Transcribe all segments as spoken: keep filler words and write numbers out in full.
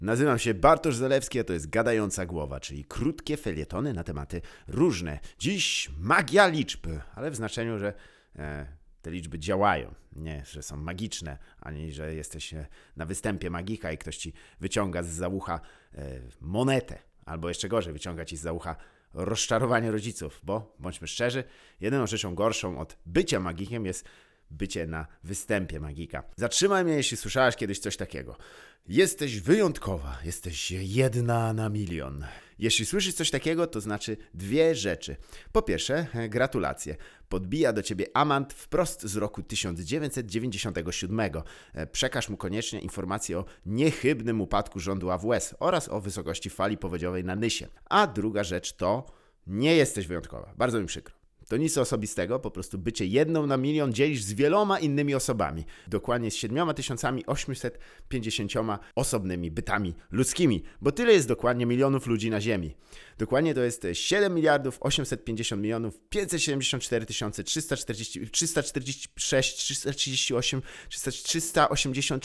Nazywam się Bartosz Zalewski, a to jest Gadająca Głowa, czyli krótkie felietony na tematy różne. Dziś magia liczb, ale w znaczeniu, że e, te liczby działają. Nie, że są magiczne, ani że jesteś na występie magika i ktoś ci wyciąga zza ucha e, monetę, albo jeszcze gorzej, wyciąga ci zza ucha rozczarowanie rodziców, bo bądźmy szczerzy, jedyną rzeczą gorszą od bycia magikiem jest bycie na występie magika. Zatrzymaj mnie, jeśli słyszałaś kiedyś coś takiego. Jesteś wyjątkowa, jesteś jedna na milion. Jeśli słyszysz coś takiego, to znaczy dwie rzeczy. Po pierwsze, gratulacje. Podbija do ciebie amant wprost z roku tysiąc dziewięćset dziewięćdziesiątego siódmego. Przekaż mu koniecznie informację o niechybnym upadku rządu A W S oraz o wysokości fali powodziowej na Nysie. A druga rzecz to nie jesteś wyjątkowa. Bardzo mi przykro. To nic osobistego, po prostu bycie jedną na milion dzielisz z wieloma innymi osobami. Dokładnie z siedmioma tysiącami osiemset pięćdziesięcioma osobnymi bytami ludzkimi, bo tyle jest dokładnie milionów ludzi na Ziemi. Dokładnie to jest siedem miliardów osiemset pięćdziesiąt milionów pięćset siedemdziesiąt cztery tysiące trzysta czterdzieści, trzysta czterdzieści sześć, trzysta trzydzieści osiem, trzysta osiemdziesiąt,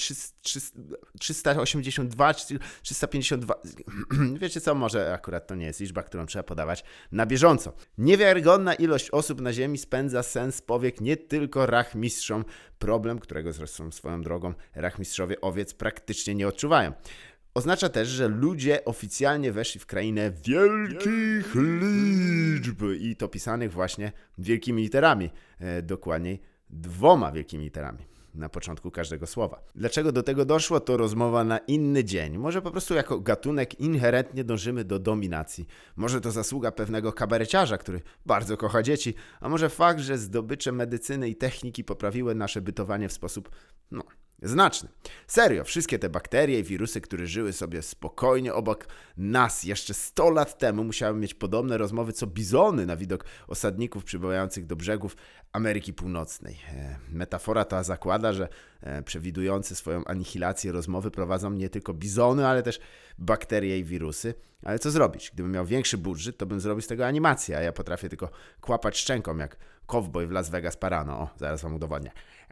trzysta osiemdziesiąt dwa, trzysta pięćdziesiąt dwa. Wiecie co, może akurat to nie jest liczba, którą trzeba podawać na bieżąco. Niewiarygodna ilość osób na Ziemi spędza sens powiek nie tylko rachmistrzom. Problem, którego zresztą swoją drogą rachmistrzowie owiec praktycznie nie odczuwają. Oznacza też, że ludzie oficjalnie weszli w krainę wielkich liczb i to pisanych właśnie wielkimi literami, e, dokładniej dwoma wielkimi literami na początku każdego słowa. Dlaczego do tego doszło, to rozmowa na inny dzień. Może po prostu jako gatunek inherentnie dążymy do dominacji. Może to zasługa pewnego kabareciarza, który bardzo kocha dzieci, a może fakt, że zdobycze medycyny i techniki poprawiły nasze bytowanie w sposób, no, znaczny. Serio, wszystkie te bakterie i wirusy, które żyły sobie spokojnie obok nas jeszcze sto lat temu, musiały mieć podobne rozmowy co bizony na widok osadników przybywających do brzegów Ameryki Północnej. E, metafora ta zakłada, że e, przewidujące swoją anihilację rozmowy prowadzą nie tylko bizony, ale też bakterie i wirusy. Ale co zrobić? Gdybym miał większy budżet, to bym zrobił z tego animację, a ja potrafię tylko kłapać szczęką jak kowboj w Las Vegas Parano. O, zaraz wam udowodnię.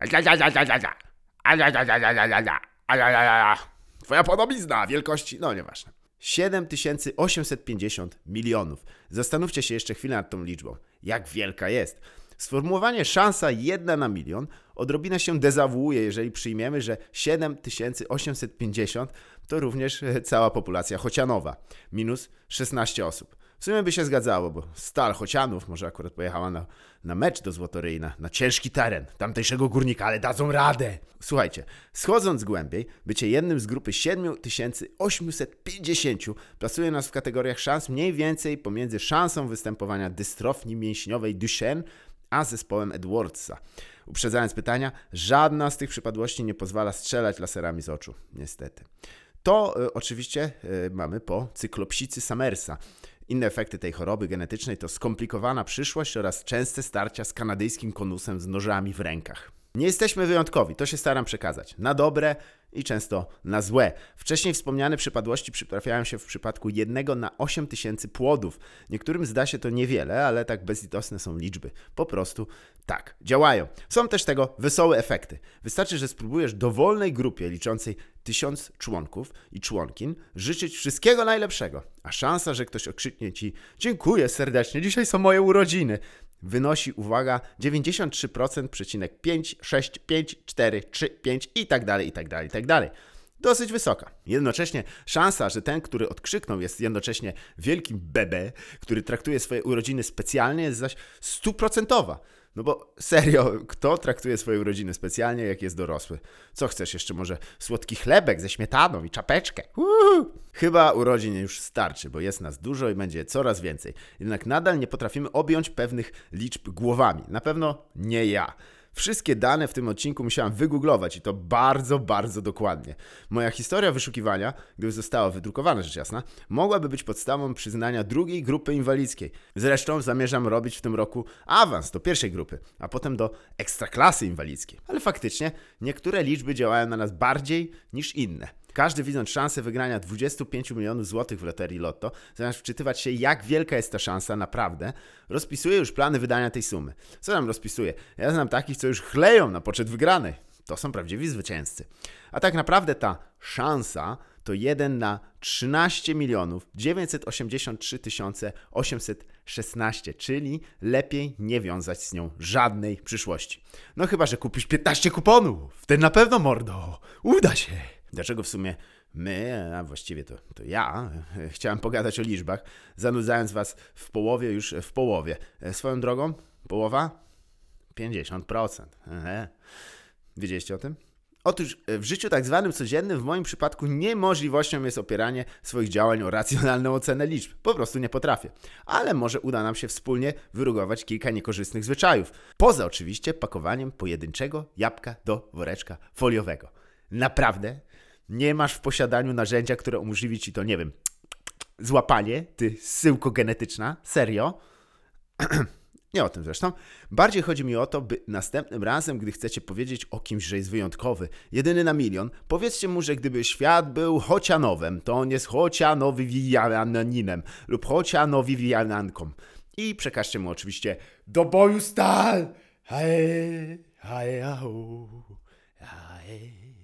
Twoja podobizna wielkości, no nieważne. siedem tysięcy osiemset pięćdziesiąt milionów. Zastanówcie się jeszcze chwilę nad tą liczbą. Jak wielka jest. Sformułowanie szansa jedna na milion odrobinę się dezawuuje, jeżeli przyjmiemy, że siedem tysięcy osiemset pięćdziesiąt to również cała populacja chocianowa. Minus szesnaście osób. W sumie by się zgadzało, bo Stal Chocianów może akurat pojechała na, na mecz do Złotoryi, na, na ciężki teren tamtejszego górnika, ale dadzą radę. Słuchajcie, schodząc głębiej, bycie jednym z grupy siedem tysięcy osiemset pięćdziesiąt plasuje nas w kategoriach szans mniej więcej pomiędzy szansą występowania dystrofii mięśniowej Duchenne a zespołem Edwardsa. Uprzedzając pytania, żadna z tych przypadłości nie pozwala strzelać laserami z oczu, niestety. To y, oczywiście y, mamy po cyklopsicy Summersa. Inne efekty tej choroby genetycznej to skomplikowana przyszłość oraz częste starcia z kanadyjskim konusem z nożami w rękach. Nie jesteśmy wyjątkowi, to się staram przekazać. Na dobre i często na złe. Wcześniej wspomniane przypadłości przytrafiają się w przypadku jednego na osiem tysięcy płodów. Niektórym zda się to niewiele, ale tak bezlitosne są liczby. Po prostu tak, działają. Są też tego wesołe efekty. Wystarczy, że spróbujesz dowolnej grupie liczącej tysiąc członków i członkin życzyć wszystkiego najlepszego, a szansa, że ktoś okrzyknie ci dziękuję serdecznie, dzisiaj są moje urodziny, wynosi, uwaga, dziewięćdziesiąt trzy procent przecinek pięć, sześć, pięć, cztery, trzy, pięć i tak dalej, i tak dalej, i tak dalej. Dosyć wysoka. Jednocześnie szansa, że ten, który odkrzyknął, jest jednocześnie wielkim bebe, który traktuje swoje urodziny specjalnie, jest zaś stuprocentowa. No bo serio, kto traktuje swoje urodziny specjalnie, jak jest dorosły? Co chcesz jeszcze, może słodki chlebek ze śmietaną i czapeczkę? Uhu! Chyba urodzin już starczy, bo jest nas dużo i będzie coraz więcej. Jednak nadal nie potrafimy objąć pewnych liczb głowami. Na pewno nie ja. Wszystkie dane w tym odcinku musiałem wygooglować i to bardzo, bardzo dokładnie. Moja historia wyszukiwania, gdyby została wydrukowana rzecz jasna, mogłaby być podstawą przyznania drugiej grupy inwalidzkiej. Zresztą zamierzam robić w tym roku awans do pierwszej grupy, a potem do ekstraklasy inwalidzkiej. Ale faktycznie niektóre liczby działają na nas bardziej niż inne. Każdy, widząc szansę wygrania dwadzieścia pięć milionów złotych w loterii Lotto, zamiast wczytywać się, jak wielka jest ta szansa naprawdę, rozpisuje już plany wydania tej sumy. Co tam rozpisuje? Ja znam takich, co już chleją na poczet wygranej. To są prawdziwi zwycięzcy. A tak naprawdę ta szansa to jeden na trzynaście milionów dziewięćset osiemdziesiąt trzy tysiące osiemset szesnaście, czyli lepiej nie wiązać z nią żadnej przyszłości. No chyba że kupisz piętnaście kuponów, wtedy na pewno, mordo, uda się. Dlaczego w sumie my, a właściwie to, to ja, chciałem pogadać o liczbach, zanudzając was w połowie, już w połowie. Swoją drogą, połowa? pięćdziesiąt procent. Ehe. Wiedzieliście o tym? Otóż w życiu tak zwanym codziennym w moim przypadku niemożliwością jest opieranie swoich działań o racjonalną ocenę liczb. Po prostu nie potrafię. Ale może uda nam się wspólnie wyrugować kilka niekorzystnych zwyczajów. Poza oczywiście pakowaniem pojedynczego jabłka do woreczka foliowego. Naprawdę? Nie masz w posiadaniu narzędzia, które umożliwi ci to, nie wiem, złapanie, ty syłko genetyczna? Serio? Nie o tym zresztą. Bardziej chodzi mi o to, by następnym razem, gdy chcecie powiedzieć o kimś, że jest wyjątkowy, jedyny na milion, powiedzcie mu, że gdyby świat był chocianowem, to on jest chocianowiwijaninem lub chocianowiwijananką. I przekażcie mu oczywiście do boju stal! Hej, hej, hej, hej.